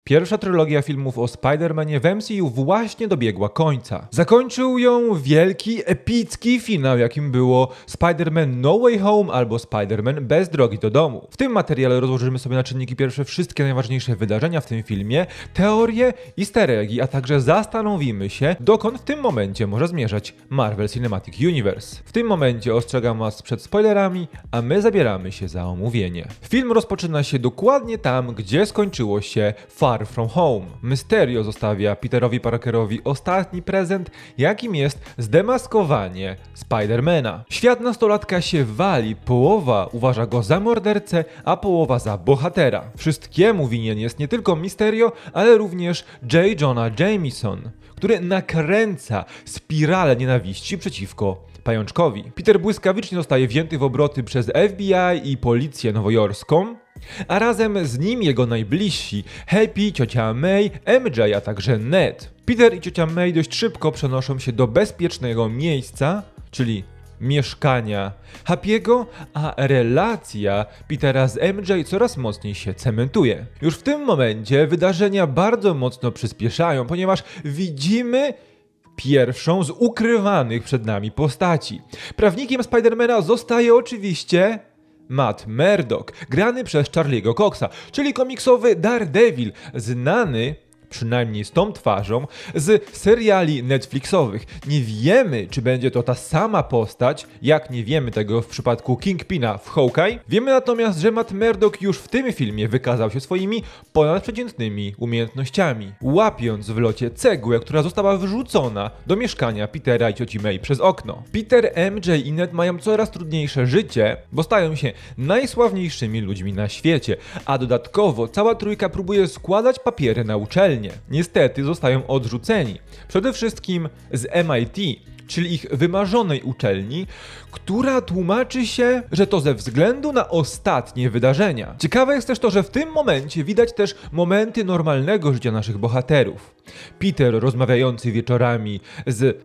Pierwsza trylogia filmów o Spider-Manie w MCU właśnie dobiegła końca. Zakończył ją wielki, epicki finał, jakim było Spider-Man No Way Home albo Spider-Man Bez drogi do domu. W tym materiale rozłożymy sobie na czynniki pierwsze wszystkie najważniejsze wydarzenia w tym filmie, teorie, easter eggi, a także zastanowimy się, dokąd w tym momencie może zmierzać Marvel Cinematic Universe. W tym momencie ostrzegam was przed spoilerami, a my zabieramy się za omówienie. Film rozpoczyna się dokładnie tam, gdzie skończyło się Far From Home. Mysterio zostawia Peterowi Parkerowi ostatni prezent, jakim jest zdemaskowanie Spidermana. Świat nastolatka się wali, połowa uważa go za mordercę, a połowa za bohatera. Wszystkiemu winien jest nie tylko Mysterio, ale również J. Jonah Jameson, który nakręca spiralę nienawiści przeciwko Pajączkowi. Peter błyskawicznie zostaje wzięty w obroty przez FBI i policję nowojorską, a razem z nim jego najbliżsi Happy, ciocia May, MJ, a także Ned. Peter i ciocia May dość szybko przenoszą się do bezpiecznego miejsca, czyli mieszkania Happy'ego, a relacja Petera z MJ coraz mocniej się cementuje. Już w tym momencie wydarzenia bardzo mocno przyspieszają, ponieważ widzimy pierwszą z ukrywanych przed nami postaci. Prawnikiem Spidermana zostaje oczywiście Matt Murdock, grany przez Charlie'ego Coxa, czyli komiksowy Daredevil, znany przynajmniej z tą twarzą, z seriali Netflixowych. Nie wiemy, czy będzie to ta sama postać, jak nie wiemy tego w przypadku Kingpina w Hawkeye. Wiemy natomiast, że Matt Murdock już w tym filmie wykazał się swoimi ponadprzeciętnymi umiejętnościami, łapiąc w locie cegłę, która została wrzucona do mieszkania Petera i cioci May przez okno. Peter, MJ i Ned mają coraz trudniejsze życie, bo stają się najsławniejszymi ludźmi na świecie, a dodatkowo cała trójka próbuje składać papiery na uczelnię. Niestety zostają odrzuceni. Przede wszystkim z MIT, czyli ich wymarzonej uczelni, która tłumaczy się, że to ze względu na ostatnie wydarzenia. Ciekawe jest też to, że w tym momencie widać też momenty normalnego życia naszych bohaterów. Peter rozmawiający wieczorami z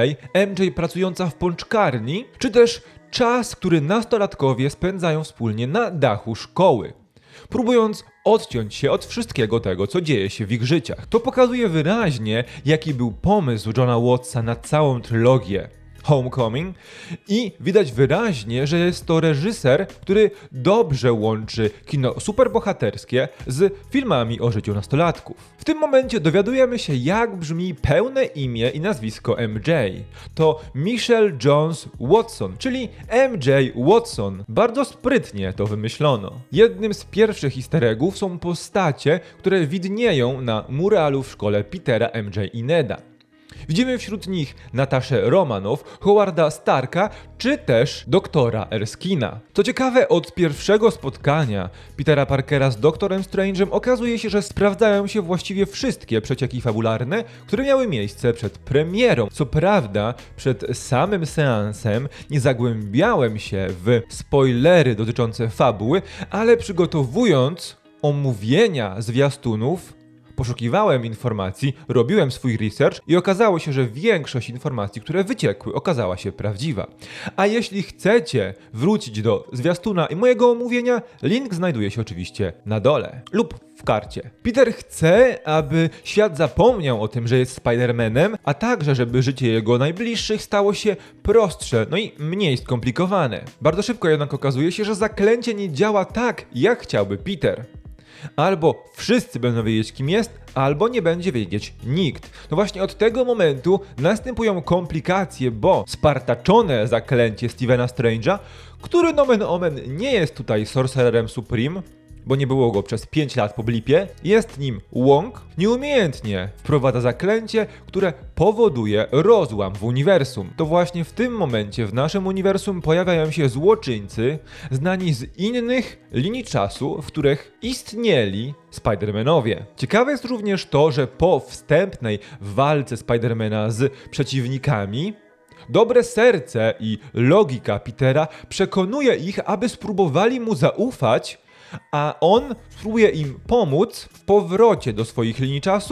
MJ pracująca w pączkarni, czy też czas, który nastolatkowie spędzają wspólnie na dachu szkoły, próbując odciąć się od wszystkiego tego, co dzieje się w ich życiach. To pokazuje wyraźnie, jaki był pomysł Johna Watsa na całą trylogię Homecoming i widać wyraźnie, że jest to reżyser, który dobrze łączy kino superbohaterskie z filmami o życiu nastolatków. W tym momencie dowiadujemy się, jak brzmi pełne imię i nazwisko MJ. To Michelle Jones Watson, czyli MJ Watson. Bardzo sprytnie to wymyślono. Jednym z pierwszych easter eggów są postacie, które widnieją na muralu w szkole Petera, MJ i Neda. Widzimy wśród nich Nataszę Romanoff, Howarda Starka, czy też doktora Erskina. Co ciekawe, od pierwszego spotkania Petera Parkera z doktorem Strange'em okazuje się, że sprawdzają się właściwie wszystkie przecieki fabularne, które miały miejsce przed premierą. Co prawda, przed samym seansem nie zagłębiałem się w spoilery dotyczące fabuły, ale przygotowując omówienia zwiastunów, poszukiwałem informacji, robiłem swój research i okazało się, że większość informacji, które wyciekły, okazała się prawdziwa. A jeśli chcecie wrócić do zwiastuna i mojego omówienia, link znajduje się oczywiście na dole lub w karcie. Peter chce, aby świat zapomniał o tym, że jest Spider-Manem, a także, żeby życie jego najbliższych stało się prostsze, no i mniej skomplikowane. Bardzo szybko jednak okazuje się, że zaklęcie nie działa tak, jak chciałby Peter. Albo wszyscy będą wiedzieć, kim jest, albo nie będzie wiedzieć nikt. No właśnie od tego momentu następują komplikacje, bo spartaczone zaklęcie Stephena Strange'a, który nomen omen nie jest tutaj Sorcererem Supreme, bo nie było go przez 5 lat po blipie, jest nim Wong, nieumiejętnie wprowadza zaklęcie, które powoduje rozłam w uniwersum. To właśnie w tym momencie w naszym uniwersum pojawiają się złoczyńcy znani z innych linii czasu, w których istnieli Spider-Manowie. Ciekawe jest również to, że po wstępnej walce Spider-Mana z przeciwnikami, dobre serce i logika Petera przekonuje ich, aby spróbowali mu zaufać, a on spróbuje im pomóc w powrocie do swoich linii czasu,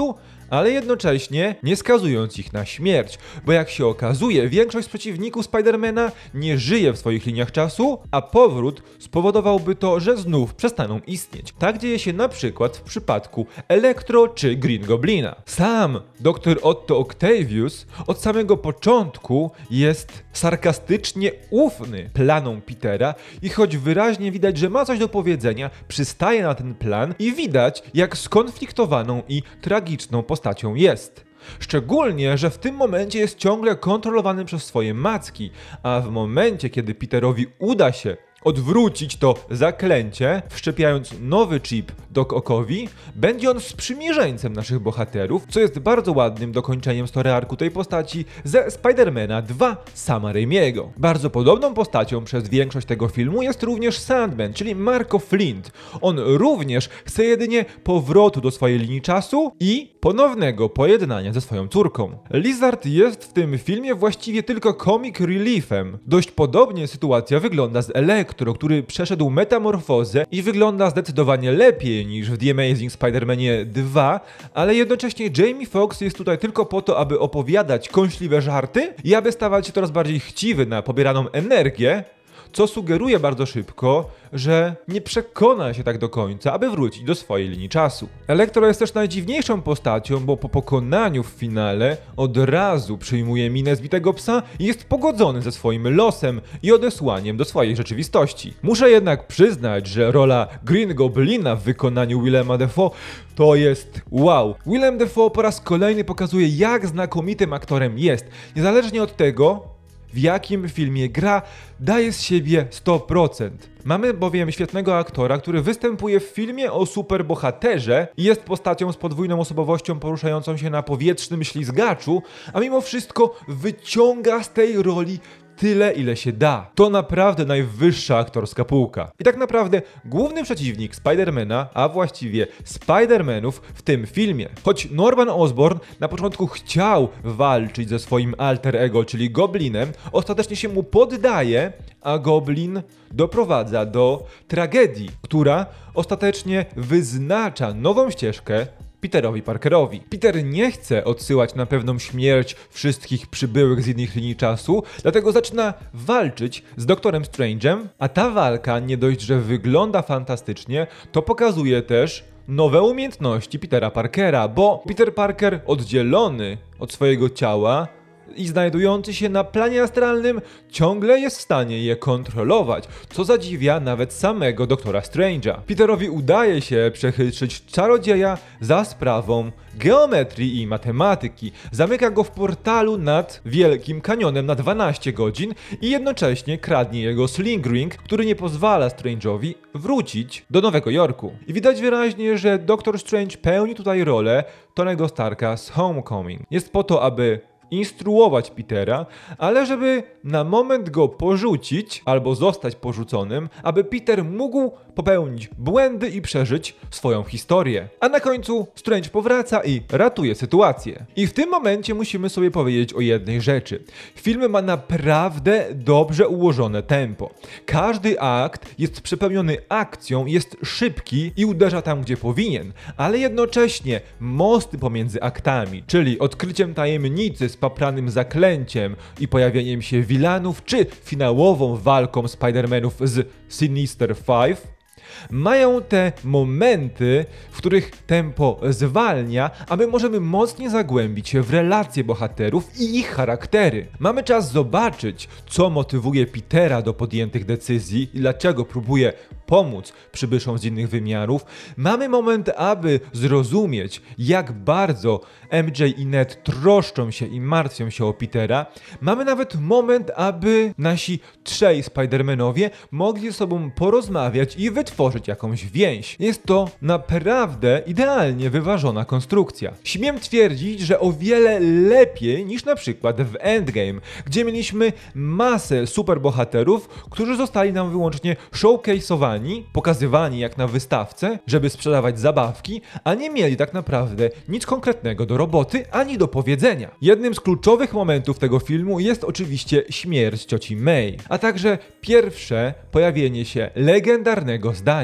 ale jednocześnie nie skazując ich na śmierć, bo jak się okazuje, większość z przeciwników Spidermana nie żyje w swoich liniach czasu, a powrót spowodowałby to, że znów przestaną istnieć. Tak dzieje się na przykład w przypadku Electro czy Green Goblina. Sam dr Otto Octavius od samego początku jest sarkastycznie ufny planom Petera i choć wyraźnie widać, że ma coś do powiedzenia, przystaje na ten plan i widać, jak skonfliktowaną i tragiczną postacią jest. Szczególnie, że w tym momencie jest ciągle kontrolowany przez swoje macki, a w momencie, kiedy Peterowi uda się odwrócić to zaklęcie, wszczepiając nowy chip Doc Ockowi, będzie on sprzymierzeńcem naszych bohaterów, co jest bardzo ładnym dokończeniem story arcu tej postaci ze Spidermana 2 Sama Raimiego. Bardzo podobną postacią przez większość tego filmu jest również Sandman, czyli Marco Flint. On również chce jedynie powrotu do swojej linii czasu i ponownego pojednania ze swoją córką. Lizard jest w tym filmie właściwie tylko comic reliefem. Dość podobnie sytuacja wygląda z Electro, który przeszedł metamorfozę i wygląda zdecydowanie lepiej niż w The Amazing Spider-Manie 2, ale jednocześnie Jamie Foxx jest tutaj tylko po to, aby opowiadać kąśliwe żarty i aby stawać się coraz bardziej chciwy na pobieraną energię, co sugeruje bardzo szybko, że nie przekona się tak do końca, aby wrócić do swojej linii czasu. Electro jest też najdziwniejszą postacią, bo po pokonaniu w finale od razu przyjmuje minę zbitego psa i jest pogodzony ze swoim losem i odesłaniem do swojej rzeczywistości. Muszę jednak przyznać, że rola Green Goblina w wykonaniu Willema Dafoe to jest wow. Willem Dafoe po raz kolejny pokazuje, jak znakomitym aktorem jest, niezależnie od tego, w jakim filmie gra, daje z siebie 100%. Mamy bowiem świetnego aktora, który występuje w filmie o superbohaterze i jest postacią z podwójną osobowością poruszającą się na powietrznym ślizgaczu, a mimo wszystko wyciąga z tej roli tyle, ile się da. To naprawdę najwyższa aktorska półka. I tak naprawdę główny przeciwnik Spidermana, a właściwie Spidermanów w tym filmie. Choć Norman Osborn na początku chciał walczyć ze swoim alter ego, czyli Goblinem, ostatecznie się mu poddaje, a Goblin doprowadza do tragedii, która ostatecznie wyznacza nową ścieżkę Peterowi Parkerowi. Peter nie chce odsyłać na pewną śmierć wszystkich przybyłych z innych linii czasu, dlatego zaczyna walczyć z Doktorem Strange'em, a ta walka nie dość, że wygląda fantastycznie, to pokazuje też nowe umiejętności Petera Parkera, bo Peter Parker oddzielony od swojego ciała i znajdujący się na planie astralnym ciągle jest w stanie je kontrolować, co zadziwia nawet samego Doktora Strange'a. Peterowi udaje się przechytrzyć czarodzieja za sprawą geometrii i matematyki. Zamyka go w portalu nad Wielkim Kanionem na 12 godzin i jednocześnie kradnie jego Sling Ring, który nie pozwala Strange'owi wrócić do Nowego Jorku. I widać wyraźnie, że Doktor Strange pełni tutaj rolę Tonego Starka z Homecoming. Jest po to, aby instruować Petera, ale żeby na moment go porzucić albo zostać porzuconym, aby Peter mógł popełnić błędy i przeżyć swoją historię. A na końcu Strange powraca i ratuje sytuację. I w tym momencie musimy sobie powiedzieć o jednej rzeczy. Film ma naprawdę dobrze ułożone tempo. Każdy akt jest przepełniony akcją, jest szybki i uderza tam, gdzie powinien, ale jednocześnie mosty pomiędzy aktami, czyli odkryciem tajemnicy z papranym zaklęciem i pojawieniem się wilanów, czy finałową walką Spider-Manów z Sinister Five, mają te momenty, w których tempo zwalnia, a my możemy mocniej zagłębić się w relacje bohaterów i ich charaktery. Mamy czas zobaczyć, co motywuje Petera do podjętych decyzji i dlaczego próbuje pomóc przybyszom z innych wymiarów. Mamy moment, aby zrozumieć, jak bardzo MJ i Ned troszczą się i martwią się o Petera. Mamy nawet moment, aby nasi trzej Spider-Manowie mogli ze sobą porozmawiać i wytworzyć jakąś więź. Jest to naprawdę idealnie wyważona konstrukcja. Śmiem twierdzić, że o wiele lepiej niż na przykład w Endgame, gdzie mieliśmy masę superbohaterów, którzy zostali nam wyłącznie showcase'owani, pokazywani jak na wystawce, żeby sprzedawać zabawki, a nie mieli tak naprawdę nic konkretnego do roboty ani do powiedzenia. Jednym z kluczowych momentów tego filmu jest oczywiście śmierć cioci May, a także pierwsze pojawienie się legendarnego zdania.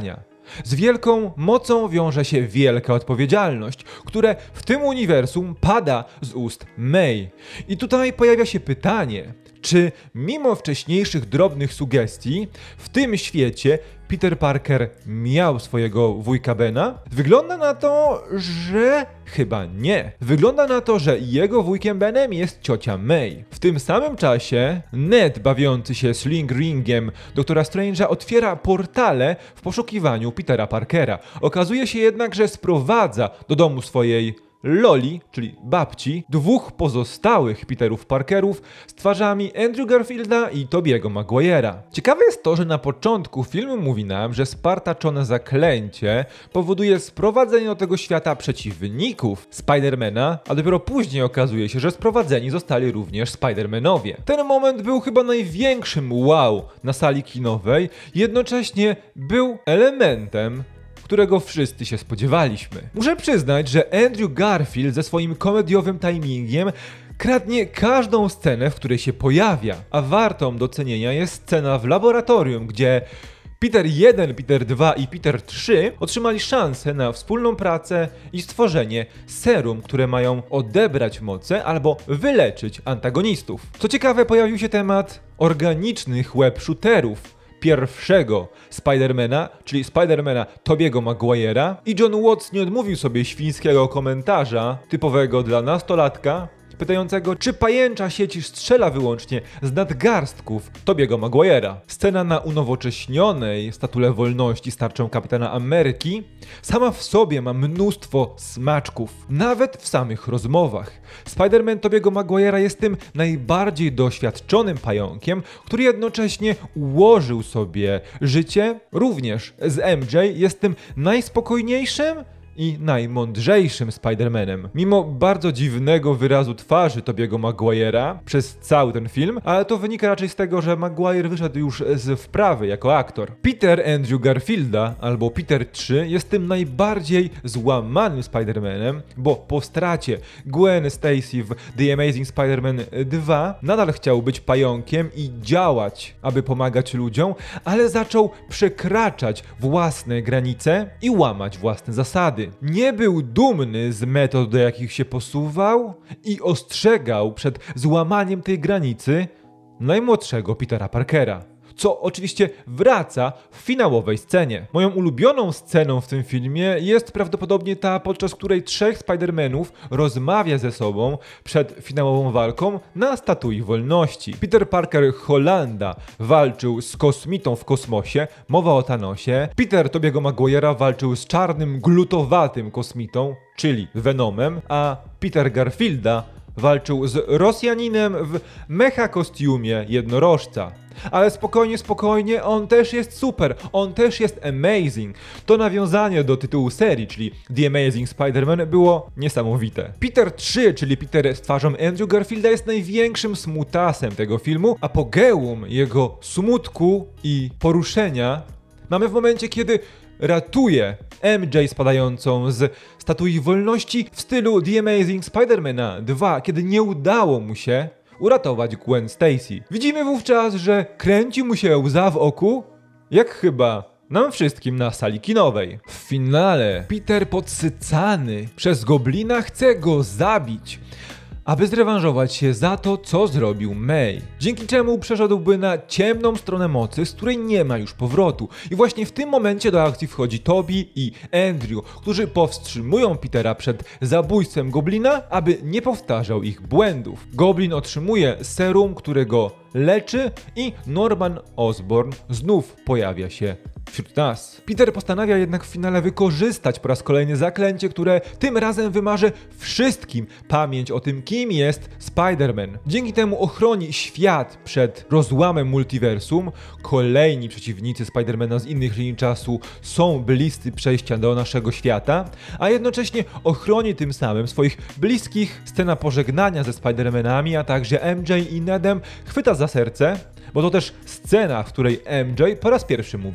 Z wielką mocą wiąże się wielka odpowiedzialność, które w tym uniwersum pada z ust May. I tutaj pojawia się pytanie, czy mimo wcześniejszych drobnych sugestii w tym świecie Peter Parker miał swojego wujka Bena? Wygląda na to, że chyba nie. Wygląda na to, że jego wujkiem Benem jest ciocia May. W tym samym czasie Ned, bawiący się Sling Ringiem Doktora Strange'a, otwiera portale w poszukiwaniu Petera Parkera. Okazuje się jednak, że sprowadza do domu swojej Loli, czyli babci, dwóch pozostałych Peterów Parkerów z twarzami Andrew Garfielda i Tobiego Maguire'a. Ciekawe jest to, że na początku filmu mówi nam, że spartaczone zaklęcie powoduje sprowadzenie do tego świata przeciwników Spidermana, a dopiero później okazuje się, że sprowadzeni zostali również Spidermanowie. Ten moment był chyba największym wow na sali kinowej, jednocześnie był elementem, którego wszyscy się spodziewaliśmy. Muszę przyznać, że Andrew Garfield ze swoim komediowym timingiem kradnie każdą scenę, w której się pojawia, a wartą docenienia jest scena w laboratorium, gdzie Peter 1, Peter 2 i Peter 3 otrzymali szansę na wspólną pracę i stworzenie serum, które mają odebrać moce albo wyleczyć antagonistów. Co ciekawe, pojawił się temat organicznych web shooterów pierwszego Spidermana, czyli Spidermana Tobiego Maguire'a, i John Watts nie odmówił sobie świńskiego komentarza typowego dla nastolatka, pytającego, czy pajęcza sieć strzela wyłącznie z nadgarstków Tobiego Maguire'a. Scena na unowocześnionej statule wolności z tarczą Kapitana Ameryki sama w sobie ma mnóstwo smaczków, nawet w samych rozmowach. Spider-Man Tobiego Maguire'a jest tym najbardziej doświadczonym pająkiem, który jednocześnie ułożył sobie życie. Również z MJ jest tym najspokojniejszym i najmądrzejszym Spider-Manem. Mimo bardzo dziwnego wyrazu twarzy Tobiego Maguire'a przez cały ten film, ale to wynika raczej z tego, że Maguire wyszedł już z wprawy jako aktor. Peter Andrew Garfielda, albo Peter 3, jest tym najbardziej złamanym Spider-Manem, bo po stracie Gwen Stacy w The Amazing Spider-Man 2 nadal chciał być pająkiem i działać, aby pomagać ludziom, ale zaczął przekraczać własne granice i łamać własne zasady. Nie był dumny z metod, do jakich się posuwał, i ostrzegał przed złamaniem tej granicy najmłodszego Petera Parkera. Co oczywiście wraca w finałowej scenie. Moją ulubioną sceną w tym filmie jest prawdopodobnie ta, podczas której trzech Spider-Manów rozmawia ze sobą przed finałową walką na Statui Wolności. Peter Parker Hollanda walczył z kosmitą w kosmosie, mowa o Thanosie. Peter Tobiego Maguire'a walczył z czarnym, glutowatym kosmitą, czyli Venomem, a Peter Garfielda walczył z Rosjaninem w mecha kostiumie jednorożca. Ale spokojnie, on też jest super, on też jest amazing. To nawiązanie do tytułu serii, czyli The Amazing Spider-Man, było niesamowite. Peter 3, czyli Peter z twarzą Andrew Garfielda, jest największym smutasem tego filmu. Apogeum jego smutku i poruszenia mamy w momencie, kiedy ratuje MJ spadającą z Statui Wolności w stylu The Amazing Spider-Mana 2, kiedy nie udało mu się uratować Gwen Stacy. Widzimy wówczas, że kręci mu się łza w oku, jak chyba nam wszystkim na sali kinowej. W finale Peter podsycany przez goblina chce go zabić, aby zrewanżować się za to, co zrobił May. Dzięki czemu przeszedłby na ciemną stronę mocy, z której nie ma już powrotu. I właśnie w tym momencie do akcji wchodzi Toby i Andrew, którzy powstrzymują Petera przed zabójstwem goblina, aby nie powtarzał ich błędów. Goblin otrzymuje serum, którego leczy, i Norman Osborn znów pojawia się wśród nas. Peter postanawia jednak w finale wykorzystać po raz kolejny zaklęcie, które tym razem wymarzy wszystkim pamięć o tym, kim jest Spider-Man. Dzięki temu ochroni świat przed rozłamem multiversum. Kolejni przeciwnicy Spider-Mana z innych linii czasu są bliscy przejścia do naszego świata, a jednocześnie ochroni tym samym swoich bliskich. Scena pożegnania ze Spider-Manami, a także MJ i Nedem chwyta za serce, bo to też scena, w której MJ po raz pierwszy mówi, że kocha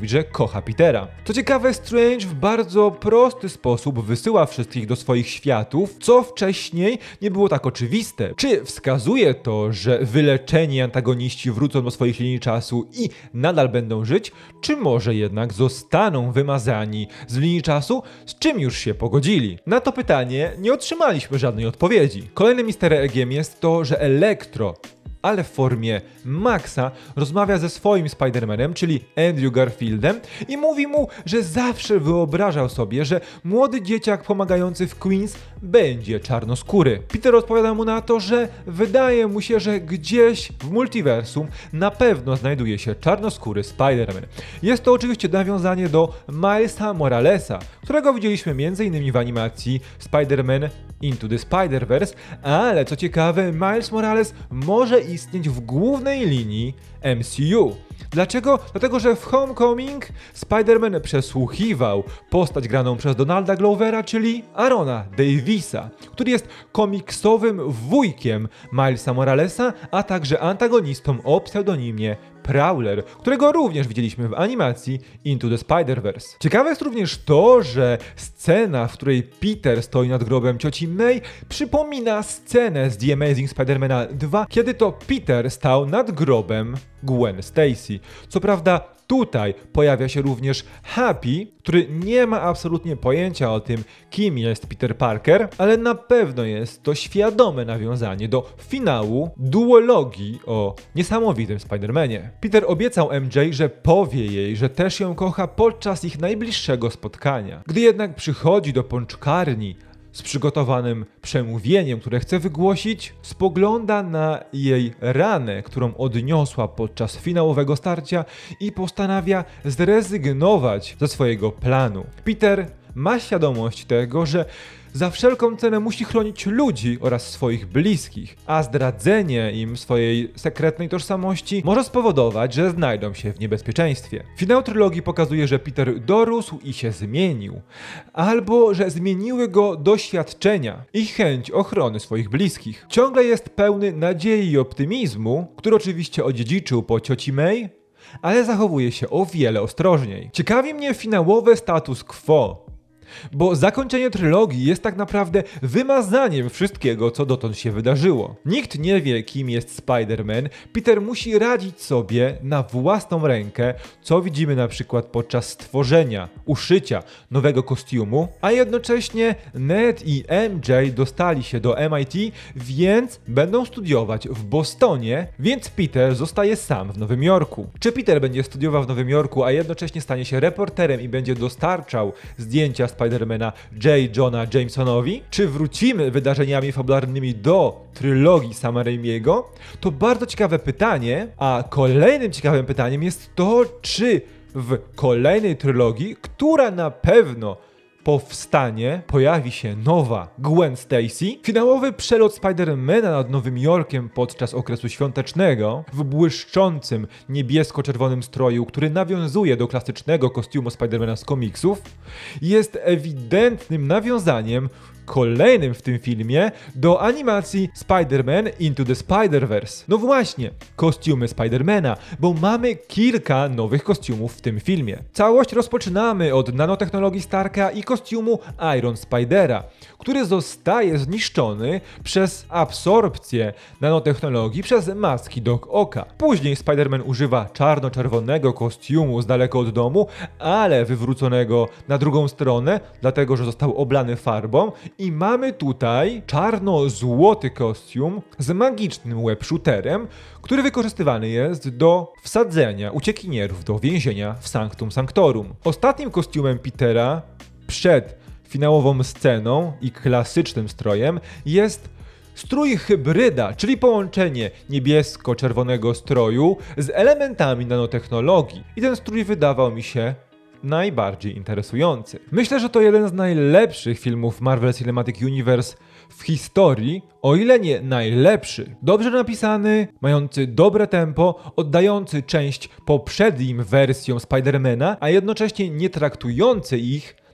kocha Petera. Co ciekawe, Strange w bardzo prosty sposób wysyła wszystkich do swoich światów, co wcześniej nie było tak oczywiste. Czy wskazuje to, że wyleczeni antagoniści wrócą do swoich linii czasu i nadal będą żyć, czy może jednak zostaną wymazani z linii czasu, z czym już się pogodzili? Na to pytanie nie otrzymaliśmy żadnej odpowiedzi. Kolejnym easter eggiem jest to, że Electro, ale w formie Maxa, rozmawia ze swoim Spider-Manem, czyli Andrew Garfieldem, i mówi mu, że zawsze wyobrażał sobie, że młody dzieciak pomagający w Queens będzie czarnoskóry. Peter odpowiada mu na to, że wydaje mu się, że gdzieś w multiversum na pewno znajduje się czarnoskóry Spider-Man. Jest to oczywiście nawiązanie do Milesa Moralesa, którego widzieliśmy m.in. w animacji Spider-Man Into the Spider-Verse, ale co ciekawe, Miles Morales może istnieć w głównej linii MCU. Dlaczego? Dlatego, że w Homecoming Spider-Man przesłuchiwał postać graną przez Donalda Glovera, czyli Aarona Davisa, który jest komiksowym wujkiem Milesa Moralesa, a także antagonistą o pseudonimie Prowler, którego również widzieliśmy w animacji Into the Spider-Verse. Ciekawe jest również to, że scena, w której Peter stoi nad grobem cioci May, przypomina scenę z The Amazing Spider-Mana 2, kiedy to Peter stał nad grobem Gwen Stacy. Co prawda tutaj pojawia się również Happy, który nie ma absolutnie pojęcia o tym, kim jest Peter Parker, ale na pewno jest to świadome nawiązanie do finału duologii o niesamowitym Spider-Manie. Peter obiecał MJ, że powie jej, że też ją kocha podczas ich najbliższego spotkania. Gdy jednak przychodzi do pączkarni z przygotowanym przemówieniem, które chce wygłosić, spogląda na jej ranę, którą odniosła podczas finałowego starcia i postanawia zrezygnować ze swojego planu. Peter ma świadomość tego, że za wszelką cenę musi chronić ludzi oraz swoich bliskich, a zdradzenie im swojej sekretnej tożsamości może spowodować, że znajdą się w niebezpieczeństwie. Finał trylogii pokazuje, że Peter dorósł i się zmienił, albo że zmieniły go doświadczenia i chęć ochrony swoich bliskich. Ciągle jest pełny nadziei i optymizmu, który oczywiście odziedziczył po cioci May, ale zachowuje się o wiele ostrożniej. Ciekawi mnie finałowe status quo, bo zakończenie trylogii jest tak naprawdę wymazaniem wszystkiego, co dotąd się wydarzyło. Nikt nie wie, kim jest Spider-Man, Peter musi radzić sobie na własną rękę, co widzimy na przykład podczas stworzenia, uszycia nowego kostiumu, a jednocześnie Ned i MJ dostali się do MIT, więc będą studiować w Bostonie, więc Peter zostaje sam w Nowym Jorku. Czy Peter będzie studiował w Nowym Jorku, a jednocześnie stanie się reporterem i będzie dostarczał zdjęcia Spider-Mana J. Jonah Jamesonowi? Czy wrócimy wydarzeniami fabularnymi do trylogii Sama Raimiego? To bardzo ciekawe pytanie, a kolejnym ciekawym pytaniem jest to, czy w kolejnej trylogii, która na pewno powstanie, pojawi się nowa Gwen Stacy. Finałowy przelot Spider-Mana nad Nowym Jorkiem podczas okresu świątecznego w błyszczącym niebiesko-czerwonym stroju, który nawiązuje do klasycznego kostiumu Spider-Mana z komiksów, jest ewidentnym nawiązaniem kolejnym w tym filmie do animacji Spider-Man Into the Spider-Verse. No właśnie, kostiumy Spider-Mana, bo mamy kilka nowych kostiumów w tym filmie. Całość rozpoczynamy od nanotechnologii Starka i kostiumu Iron Spidera, który zostaje zniszczony przez absorpcję nanotechnologii przez maski Doc Ocka. Później Spider-Man używa czarno-czerwonego kostiumu z daleko od domu, ale wywróconego na drugą stronę, dlatego że został oblany farbą. I mamy tutaj czarno-złoty kostium z magicznym web-shooterem, który wykorzystywany jest do wsadzenia uciekinierów do więzienia w Sanctum Sanctorum. Ostatnim kostiumem Petera przed finałową sceną i klasycznym strojem jest strój hybryda, czyli połączenie niebiesko-czerwonego stroju z elementami nanotechnologii. I ten strój wydawał mi się najbardziej interesujący. Myślę, że to jeden z najlepszych filmów Marvel Cinematic Universe w historii, o ile nie najlepszy. Dobrze napisany, mający dobre tempo, oddający część poprzednim wersjom Spider-Mana, a jednocześnie nie traktujący ich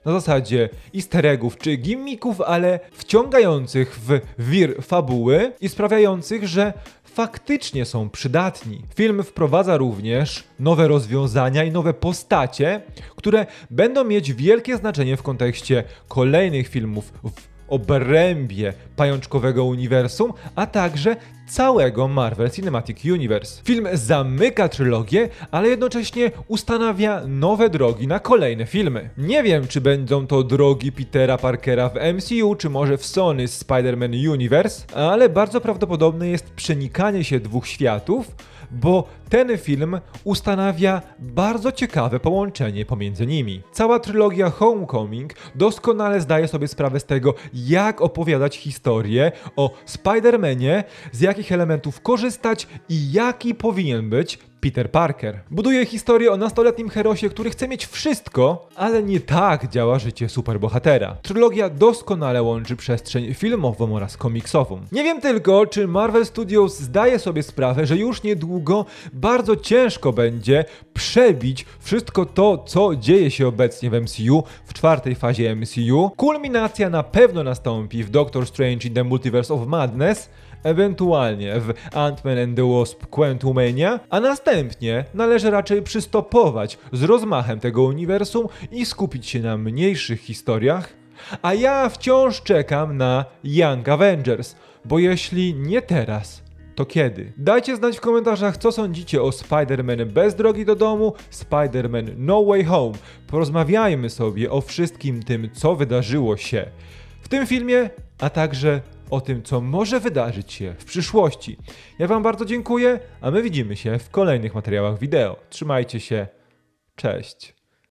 na zasadzie easter eggów czy gimmicków, ale wciągających w wir fabuły i sprawiających, że faktycznie są przydatni. Film wprowadza również nowe rozwiązania i nowe postacie, które będą mieć wielkie znaczenie w kontekście kolejnych filmów w obrębie pajączkowego uniwersum, a także całego Marvel Cinematic Universe. Film zamyka trylogię, ale jednocześnie ustanawia nowe drogi na kolejne filmy. Nie wiem, czy będą to drogi Petera Parkera w MCU, czy może w Sony Spider-Man Universe, ale bardzo prawdopodobne jest przenikanie się dwóch światów, bo ten film ustanawia bardzo ciekawe połączenie pomiędzy nimi. Cała trylogia Homecoming doskonale zdaje sobie sprawę z tego, jak opowiadać historię o Spider-Manie, z jakich elementów korzystać i jaki powinien być Peter Parker. Buduje historię o nastoletnim herosie, który chce mieć wszystko, ale nie tak działa życie superbohatera. Trylogia doskonale łączy przestrzeń filmową oraz komiksową. Nie wiem tylko, czy Marvel Studios zdaje sobie sprawę, że już niedługo bardzo ciężko będzie przebić wszystko to, co dzieje się obecnie w MCU, w czwartej fazie MCU. Kulminacja na pewno nastąpi w Doctor Strange in the Multiverse of Madness, ewentualnie w Ant-Man and the Wasp Quantumania, a następnie należy raczej przystopować z rozmachem tego uniwersum i skupić się na mniejszych historiach, a ja wciąż czekam na Young Avengers, bo jeśli nie teraz, to kiedy? Dajcie znać w komentarzach, co sądzicie o Spider-Man bez drogi do domu, Spider-Man No Way Home. Porozmawiajmy sobie o wszystkim tym, co wydarzyło się w tym filmie, a także o tym, co może wydarzyć się w przyszłości. Ja wam bardzo dziękuję, a my widzimy się w kolejnych materiałach wideo. Trzymajcie się, cześć!